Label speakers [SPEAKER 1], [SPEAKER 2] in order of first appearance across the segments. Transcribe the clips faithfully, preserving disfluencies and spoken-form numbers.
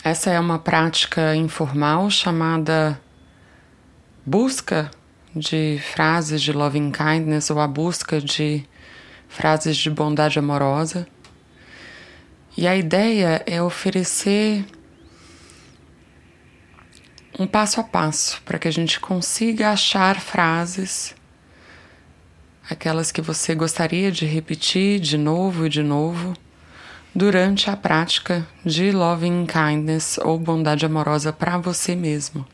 [SPEAKER 1] Essa é uma prática informal chamada busca de frases de loving kindness ou a busca de frases de bondade amorosa. E a ideia é oferecer um passo a passo para que a gente consiga achar frases, aquelas que você gostaria de repetir de novo e de novo durante a prática de loving kindness ou bondade amorosa para você mesmo.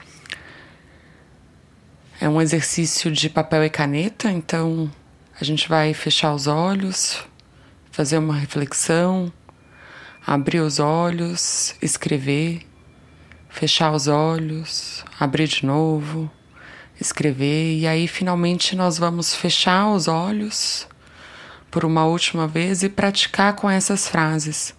[SPEAKER 1] É um exercício de papel e caneta, então a gente vai fechar os olhos, fazer uma reflexão, abrir os olhos, escrever, fechar os olhos, abrir de novo, escrever, e aí finalmente nós vamos fechar os olhos por uma última vez e praticar com essas frases.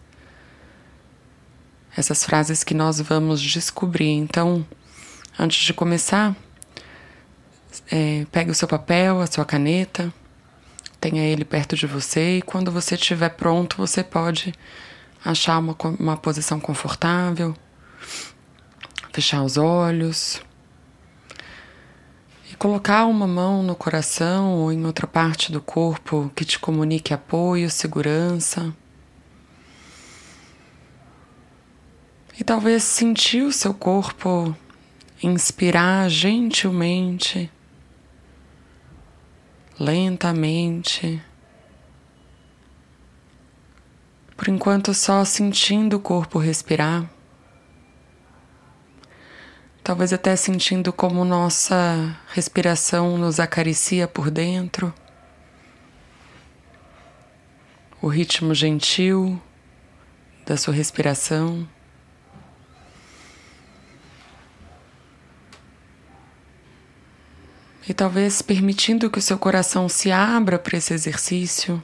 [SPEAKER 1] Essas frases que nós vamos descobrir. Então, antes de começar, é, pegue o seu papel, a sua caneta, tenha ele perto de você e quando você estiver pronto, você pode achar uma, uma posição confortável, fechar os olhos e colocar uma mão no coração ou em outra parte do corpo que te comunique apoio, segurança. E talvez sentir o seu corpo inspirar gentilmente, lentamente. Por enquanto só sentindo o corpo respirar. Talvez até sentindo como nossa respiração nos acaricia por dentro. O ritmo gentil da sua respiração. E talvez permitindo que o seu coração se abra para esse exercício.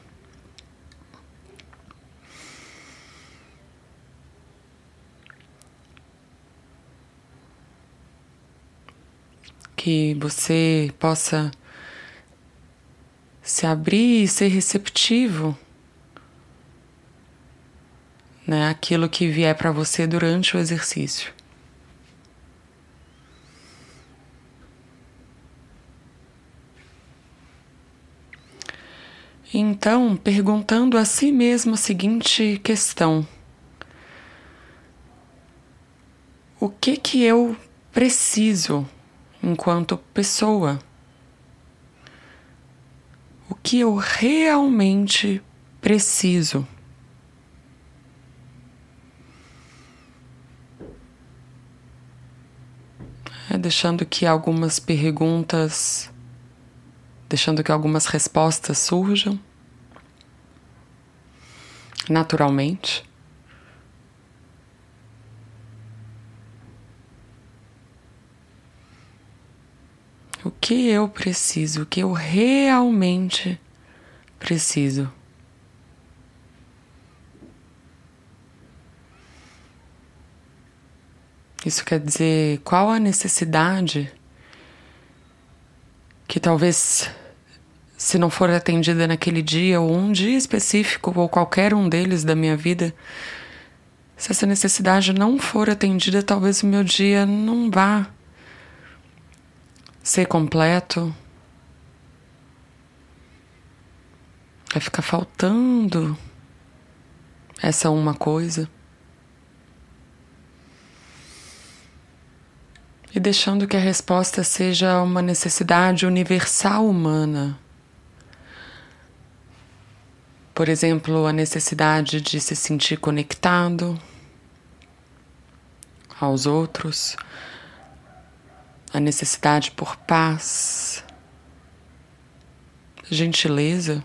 [SPEAKER 1] Que você possa se abrir e ser receptivo, né, àquilo que vier para você durante o exercício. Então, perguntando a si mesmo a seguinte questão: o que que eu preciso enquanto pessoa? O que eu realmente preciso? É, deixando que algumas perguntas, deixando que algumas respostas surjam naturalmente. O que eu preciso, o que eu realmente preciso. Isso quer dizer, qual a necessidade que talvez, se não for atendida naquele dia, ou um dia específico, ou qualquer um deles da minha vida, se essa necessidade não for atendida, talvez o meu dia não vá ser completo. Vai ficar faltando essa uma coisa. E deixando que a resposta seja uma necessidade universal humana. Por exemplo, a necessidade de se sentir conectado aos outros, a necessidade por paz, gentileza,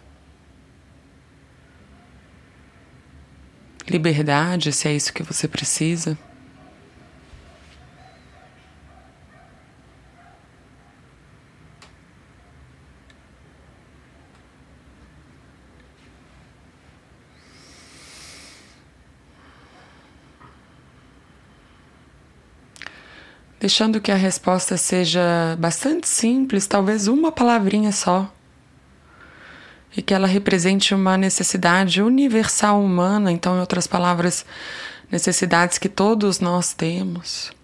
[SPEAKER 1] liberdade, se é isso que você precisa. Deixando que a resposta seja bastante simples, talvez uma palavrinha só, e que ela represente uma necessidade universal humana. Então, em outras palavras, necessidades que todos nós temos.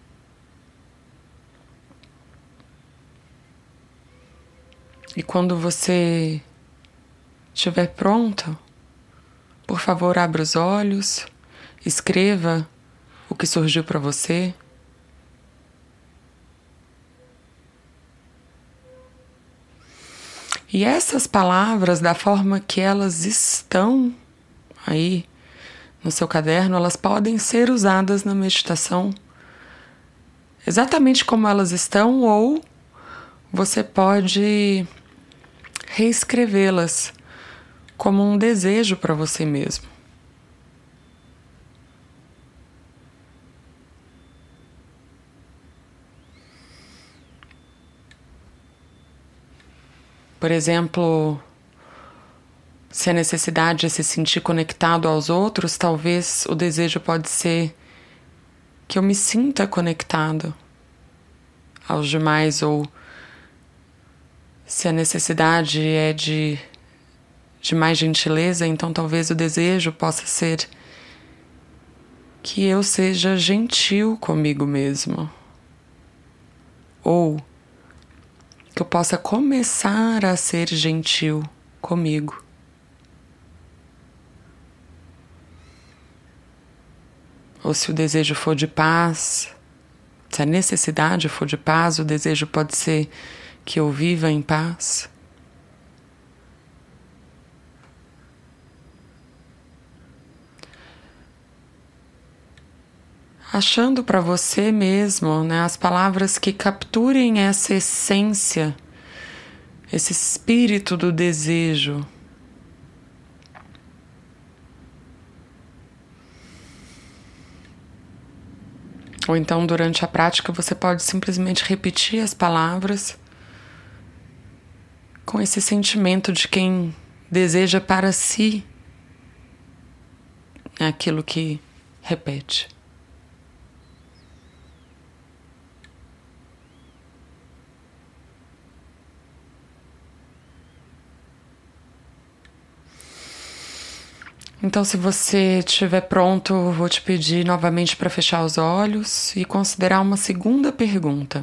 [SPEAKER 1] E quando você estiver pronto, por favor, abra os olhos, escreva o que surgiu para você. E essas palavras, da forma que elas estão aí no seu caderno, elas podem ser usadas na meditação exatamente como elas estão, ou você pode reescrevê-las como um desejo para você mesmo. Por exemplo, se a necessidade é se sentir conectado aos outros, talvez o desejo pode ser que eu me sinta conectado aos demais, ou se a necessidade é de, de mais gentileza, então talvez o desejo possa ser que eu seja gentil comigo mesmo, ou que eu possa começar a ser gentil comigo. Ou se o desejo for de paz, se a necessidade for de paz, o desejo pode ser que eu viva em paz. Achando para você mesmo, né, as palavras que capturem essa essência, esse espírito do desejo. Ou então, durante a prática, você pode simplesmente repetir as palavras com esse sentimento de quem deseja para si aquilo que repete. Então, se você estiver pronto, eu vou te pedir novamente para fechar os olhos e considerar uma segunda pergunta.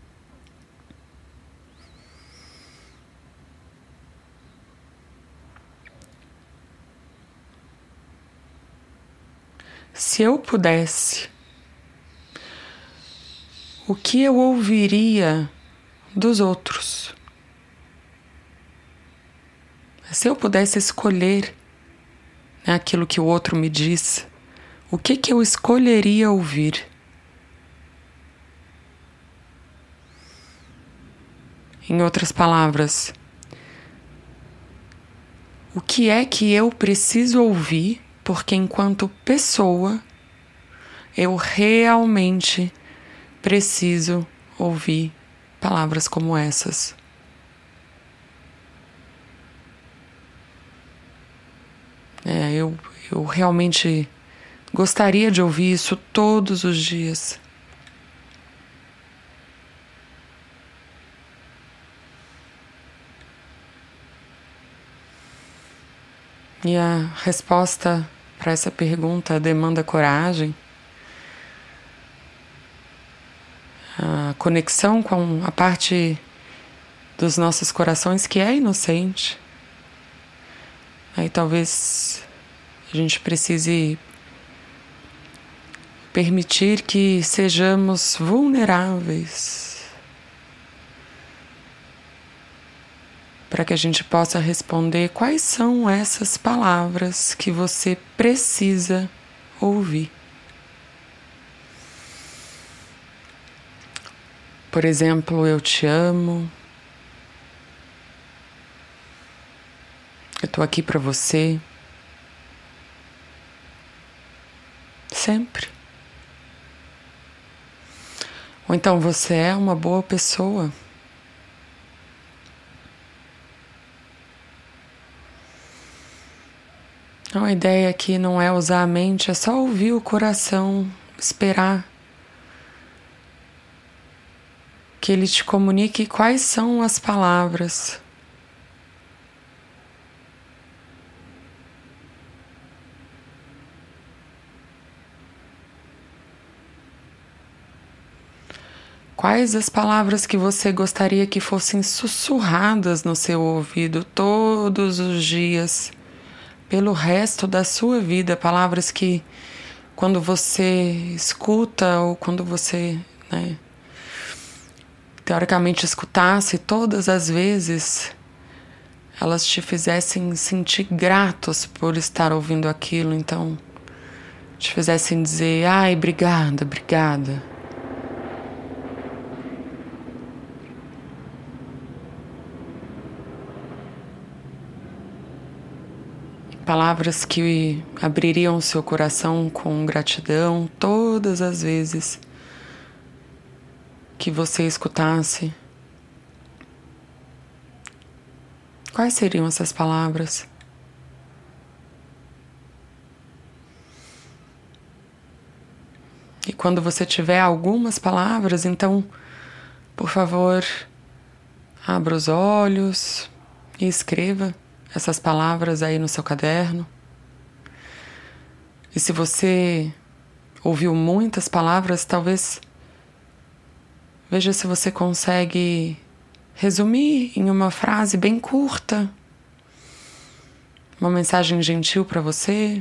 [SPEAKER 1] Se eu pudesse, o que eu ouviria dos outros? Se eu pudesse escolher aquilo que o outro me diz, o que que eu escolheria ouvir? Em outras palavras, o que é que eu preciso ouvir, porque enquanto pessoa eu realmente preciso ouvir palavras como essas? É, eu, eu realmente gostaria de ouvir isso todos os dias. E a resposta para essa pergunta demanda coragem, a conexão com a parte dos nossos corações que é inocente. Aí talvez a gente precise permitir que sejamos vulneráveis para que a gente possa responder quais são essas palavras que você precisa ouvir. Por exemplo, eu te amo. Eu tô aqui pra você. Sempre. Ou então, você é uma boa pessoa. Então, a ideia aqui não é usar a mente, é só ouvir o coração, esperar que ele te comunique quais são as palavras. Quais as palavras que você gostaria que fossem sussurradas no seu ouvido todos os dias, pelo resto da sua vida? Palavras que, quando você escuta ou quando você, né, teoricamente escutasse todas as vezes, elas te fizessem sentir gratos por estar ouvindo aquilo. Então, te fizessem dizer: ai, obrigada, obrigada. Palavras que abririam o seu coração com gratidão todas as vezes que você escutasse. Quais seriam essas palavras? E quando você tiver algumas palavras, então, por favor, abra os olhos e escreva essas palavras aí no seu caderno. E se você ouviu muitas palavras, talvez veja se você consegue resumir em uma frase bem curta, uma mensagem gentil para você.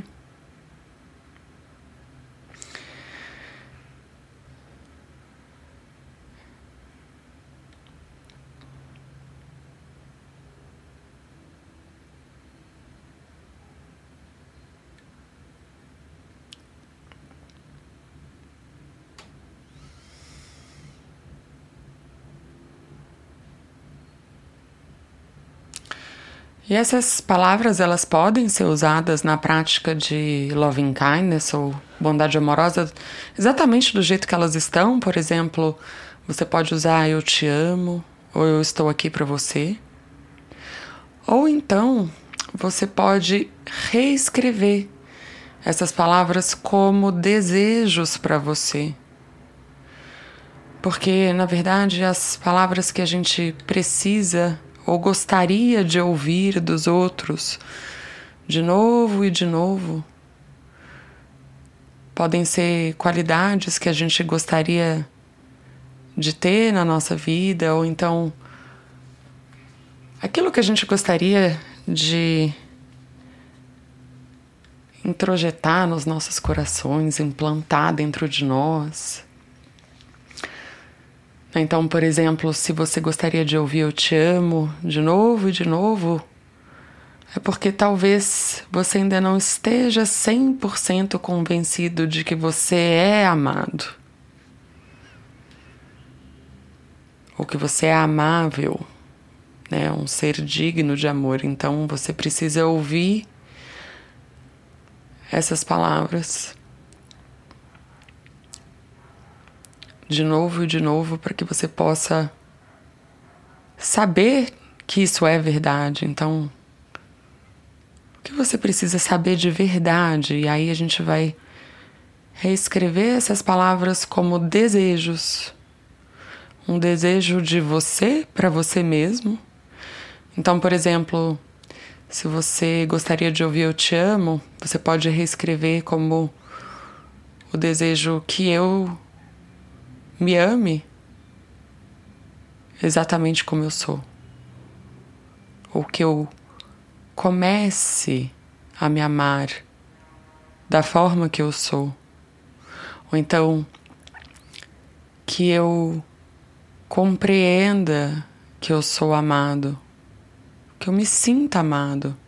[SPEAKER 1] E essas palavras, elas podem ser usadas na prática de loving kindness ou bondade amorosa exatamente do jeito que elas estão. Por exemplo, você pode usar eu te amo ou eu estou aqui para você. Ou então, você pode reescrever essas palavras como desejos para você. Porque, na verdade, as palavras que a gente precisa ou gostaria de ouvir dos outros de novo e de novo podem ser qualidades que a gente gostaria de ter na nossa vida, ou então aquilo que a gente gostaria de introjetar nos nossos corações, implantar dentro de nós. Então, por exemplo, se você gostaria de ouvir eu te amo de novo e de novo, é porque talvez você ainda não esteja cem por cento convencido de que você é amado. Ou que você é amável, né? Um ser digno de amor. Então, você precisa ouvir essas palavras de novo e de novo, para que você possa saber que isso é verdade. Então, o que você precisa saber de verdade? E aí a gente vai reescrever essas palavras como desejos. Um desejo de você para você mesmo. Então, por exemplo, se você gostaria de ouvir eu te amo, você pode reescrever como o desejo que eu me ame exatamente como eu sou. Ou que eu comece a me amar da forma que eu sou. Ou então, que eu compreenda que eu sou amado. Que eu me sinta amado.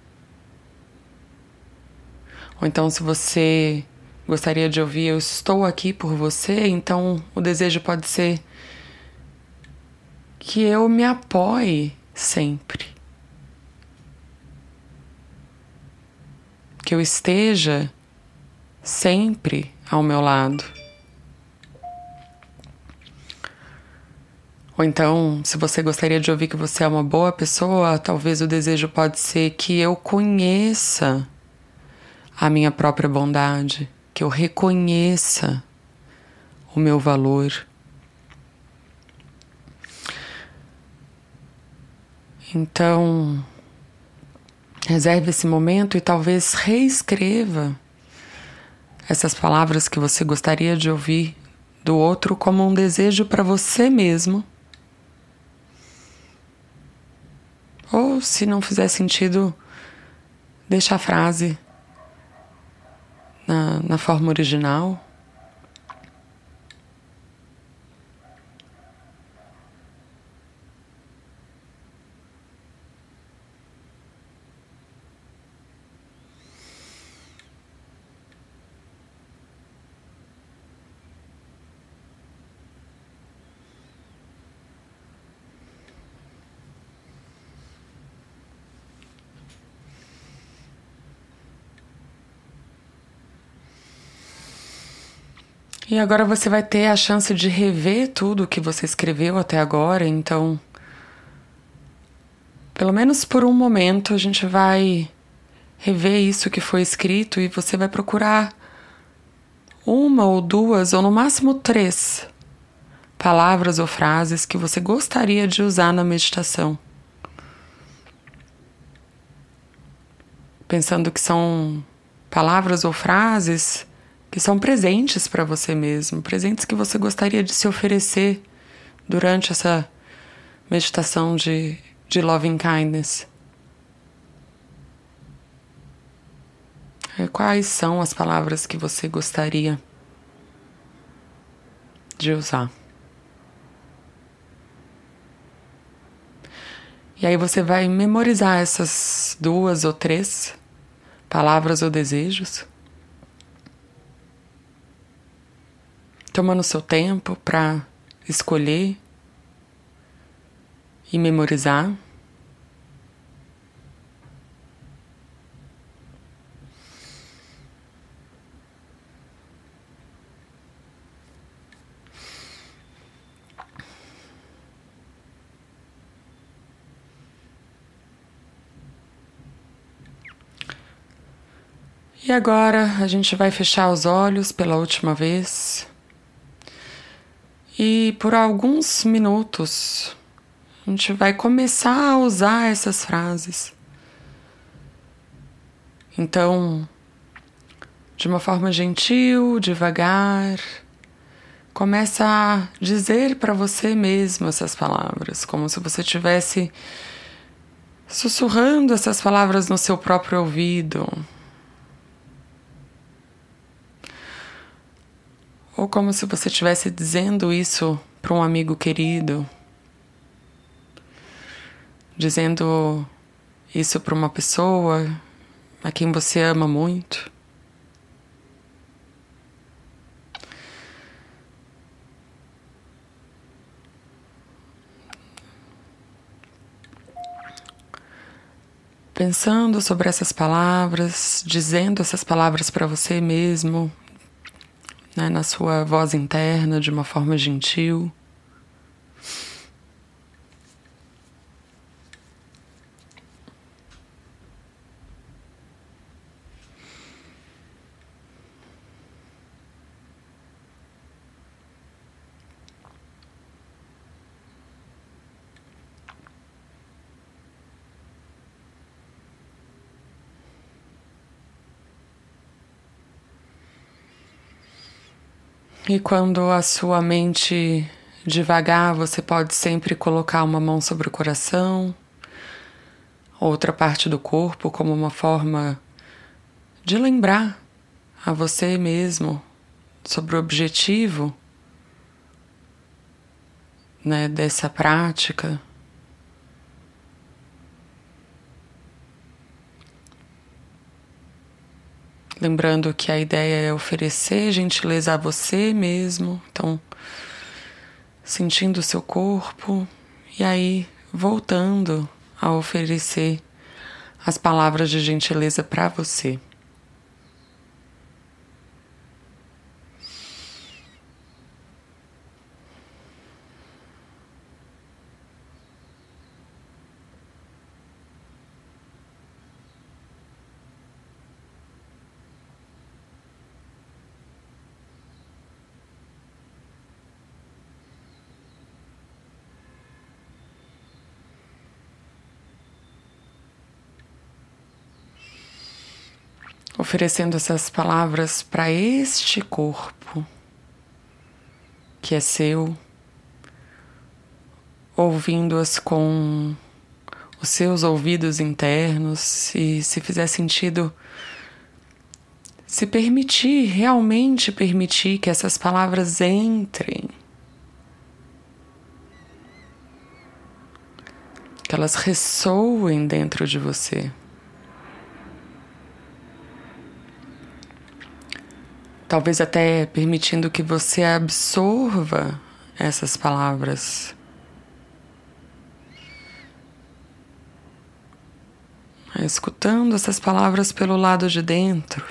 [SPEAKER 1] Ou então, se você gostaria de ouvir eu estou aqui por você, então o desejo pode ser que eu me apoie sempre. Que eu esteja sempre ao meu lado. Ou então, se você gostaria de ouvir que você é uma boa pessoa, talvez o desejo pode ser que eu conheça a minha própria bondade. Que eu reconheça o meu valor. Então, reserve esse momento e talvez reescreva essas palavras que você gostaria de ouvir do outro como um desejo para você mesmo. Ou, se não fizer sentido, deixa a frase na, na forma original. E agora você vai ter a chance de rever tudo o que você escreveu até agora, então, pelo menos por um momento, a gente vai rever isso que foi escrito e você vai procurar uma ou duas, ou no máximo três, palavras ou frases que você gostaria de usar na meditação. Pensando que são palavras ou frases que são presentes para você mesmo, presentes que você gostaria de se oferecer durante essa meditação de, de loving kindness. Quais são as palavras que você gostaria de usar? E aí você vai memorizar essas duas ou três palavras ou desejos, tomando seu tempo para escolher e memorizar. E agora a gente vai fechar os olhos pela última vez. E por alguns minutos a gente vai começar a usar essas frases. Então, de uma forma gentil, devagar, começa a dizer para você mesmo essas palavras, como se você estivesse sussurrando essas palavras no seu próprio ouvido. Ou como se você estivesse dizendo isso para um amigo querido, dizendo isso para uma pessoa a quem você ama muito. Pensando sobre essas palavras, dizendo essas palavras para você mesmo, né, na sua voz interna, de uma forma gentil. E quando a sua mente devagar, você pode sempre colocar uma mão sobre o coração, outra parte do corpo, como uma forma de lembrar a você mesmo sobre o objetivo, né, dessa prática. Lembrando que a ideia é oferecer gentileza a você mesmo, então sentindo o seu corpo e aí voltando a oferecer as palavras de gentileza para você. Oferecendo essas palavras para este corpo. que é seu, ouvindo-as com os seus ouvidos internos e, se fizer sentido, se permitir, realmente permitir que essas palavras entrem, que elas ressoem dentro de você. Talvez até permitindo que você absorva essas palavras. Escutando essas palavras pelo lado de dentro.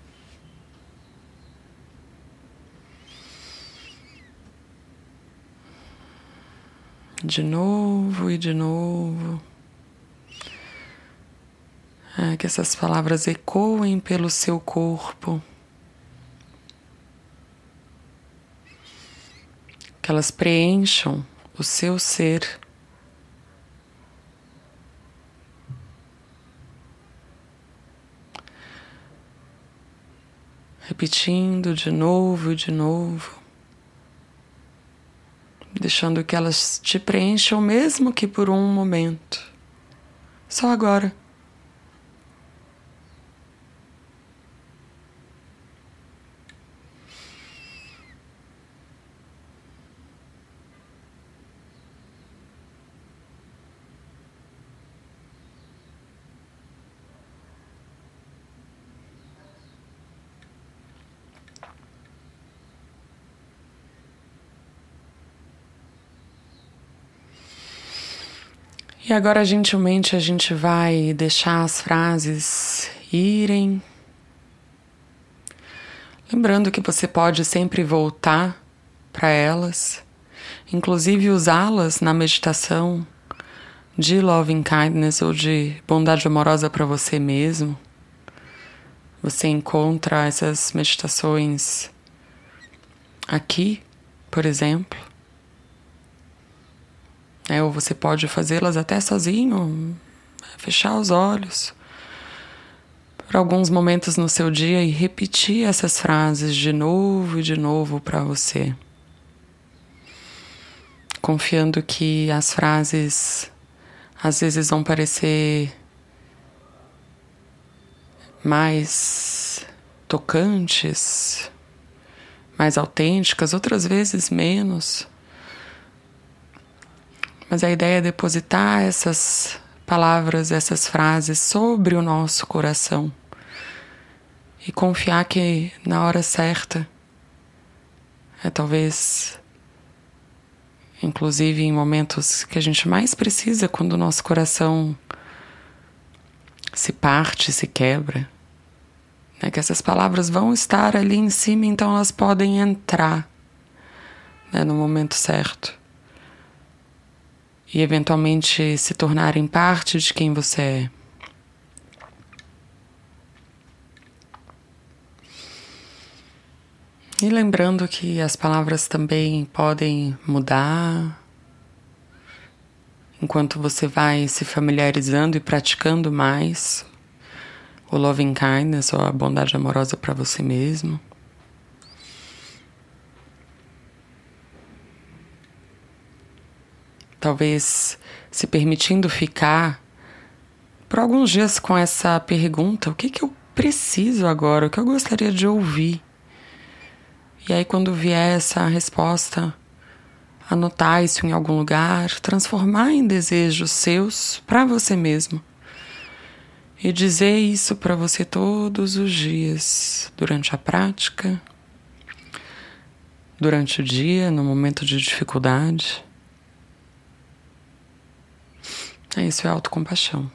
[SPEAKER 1] De novo e de novo. É, que essas palavras ecoem pelo seu corpo. Que elas preencham o seu ser. Repetindo de novo e de novo, deixando que elas te preencham mesmo que por um momento, só agora. E agora, gentilmente, a gente vai deixar as frases irem. Lembrando que você pode sempre voltar para elas, inclusive usá-las na meditação de loving kindness ou de bondade amorosa para você mesmo. Você encontra essas meditações aqui, por exemplo. É, ou você pode fazê-las até sozinho, fechar os olhos por alguns momentos no seu dia e repetir essas frases de novo e de novo para você. Confiando que as frases às vezes vão parecer mais tocantes, mais autênticas, outras vezes menos. Mas a ideia é depositar essas palavras, essas frases sobre o nosso coração e confiar que na hora certa, é talvez, inclusive em momentos que a gente mais precisa, quando o nosso coração se parte, se quebra, né, que essas palavras vão estar ali em cima, então elas podem entrar, né, no momento certo. E eventualmente se tornarem parte de quem você é. E lembrando que as palavras também podem mudar enquanto você vai se familiarizando e praticando mais o loving kindness ou a bondade amorosa para você mesmo. Talvez se permitindo ficar por alguns dias com essa pergunta: o que que eu preciso agora? O que eu gostaria de ouvir? E aí, quando vier essa resposta, anotar isso em algum lugar, transformar em desejos seus para você mesmo. E dizer isso para você todos os dias, durante a prática, durante o dia, no momento de dificuldade. Isso é autocompaixão.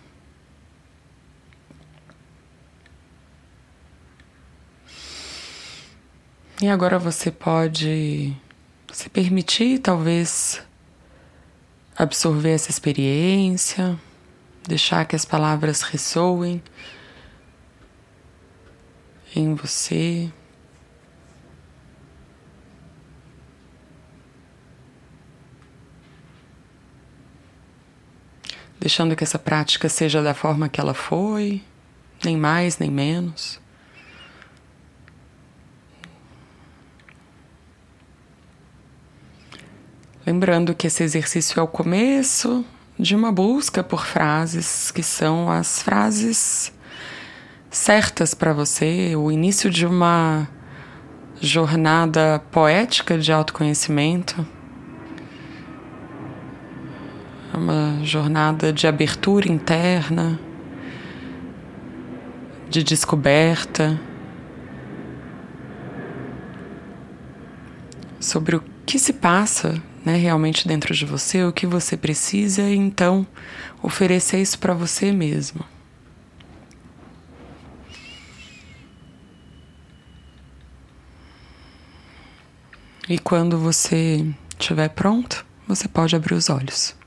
[SPEAKER 1] E agora você pode se permitir, talvez, absorver essa experiência, deixar que as palavras ressoem em você. Deixando que essa prática seja da forma que ela foi, nem mais, nem menos. Lembrando que esse exercício é o começo de uma busca por frases que são as frases certas para você, o início de uma jornada poética de autoconhecimento, uma jornada de abertura interna, de descoberta sobre o que se passa, né, realmente dentro de você, o que você precisa, e então oferecer isso para você mesmo. E quando você estiver pronto, você pode abrir os olhos.